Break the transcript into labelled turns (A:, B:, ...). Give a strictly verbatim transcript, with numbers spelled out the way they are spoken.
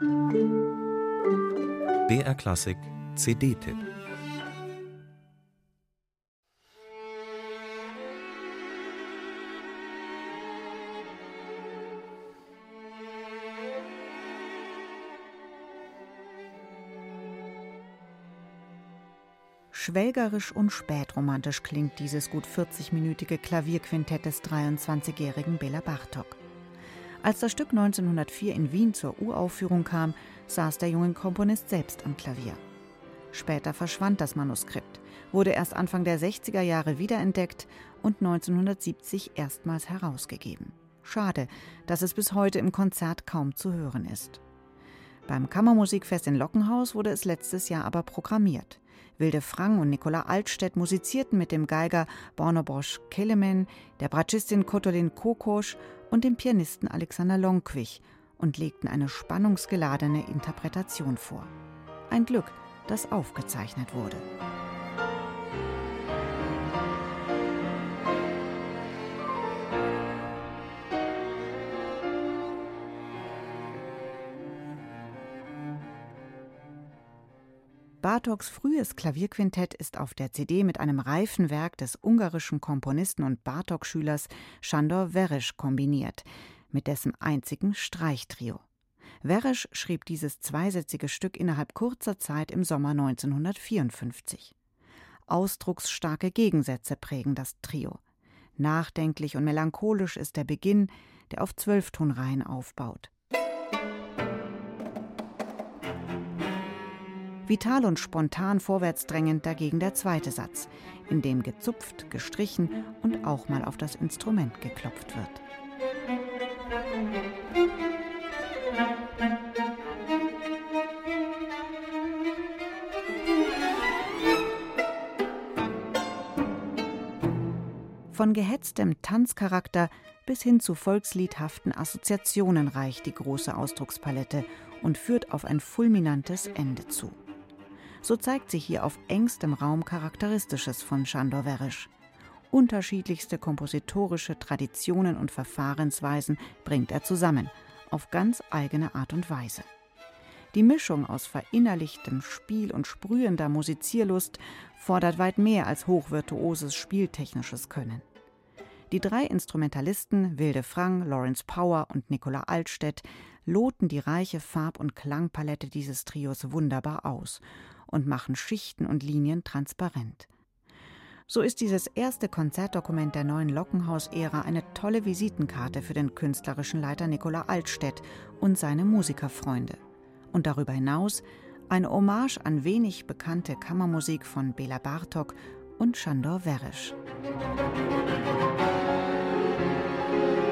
A: B R Klassik C D-Tipp.
B: Schwelgerisch und spätromantisch klingt dieses gut vierzigminütige Klavierquintett des dreiundzwanzigjährigen Bela Bartók. Als das Stück neunzehnhundertvier in Wien zur Uraufführung kam, saß der junge Komponist selbst am Klavier. Später verschwand das Manuskript, wurde erst Anfang der sechziger Jahre wiederentdeckt und neunzehnhundertsiebzig erstmals herausgegeben. Schade, dass es bis heute im Konzert kaum zu hören ist. Beim Kammermusikfest in Lockenhaus wurde es letztes Jahr aber programmiert. Wilde Frang und Nicola Altstedt musizierten mit dem Geiger Bornobosch Kelemen, der Bratschistin Kotolin Kokosch und dem Pianisten Alexander Lonquich und legten eine spannungsgeladene Interpretation vor. Ein Glück, das aufgezeichnet wurde. Bartóks frühes Klavierquintett ist auf der C D mit einem reifen Werk des ungarischen Komponisten und Bartók-Schülers Sándor Veress kombiniert, mit dessen einzigen Streichtrio. Veress schrieb dieses zweisätzige Stück innerhalb kurzer Zeit im Sommer neunzehnhundertvierundfünfzig. Ausdrucksstarke Gegensätze prägen das Trio. Nachdenklich und melancholisch ist der Beginn, der auf Zwölftonreihen aufbaut. Vital und spontan vorwärtsdrängend dagegen der zweite Satz, in dem gezupft, gestrichen und auch mal auf das Instrument geklopft wird. Von gehetztem Tanzcharakter bis hin zu volksliedhaften Assoziationen reicht die große Ausdruckspalette und führt auf ein fulminantes Ende zu. So zeigt sich hier auf engstem Raum Charakteristisches von Sándor Veress. Unterschiedlichste kompositorische Traditionen und Verfahrensweisen bringt er zusammen, auf ganz eigene Art und Weise. Die Mischung aus verinnerlichtem Spiel und sprühender Musizierlust fordert weit mehr als hochvirtuoses spieltechnisches Können. Die drei Instrumentalisten, Wilde Frang, Lawrence Power und Nicola Altstedt, loten die reiche Farb- und Klangpalette dieses Trios wunderbar aus und machen Schichten und Linien transparent. So ist dieses erste Konzertdokument der neuen Lockenhaus-Ära eine tolle Visitenkarte für den künstlerischen Leiter Nicola Altstedt und seine Musikerfreunde. Und darüber hinaus eine Hommage an wenig bekannte Kammermusik von Bela Bartók und Sándor Veress.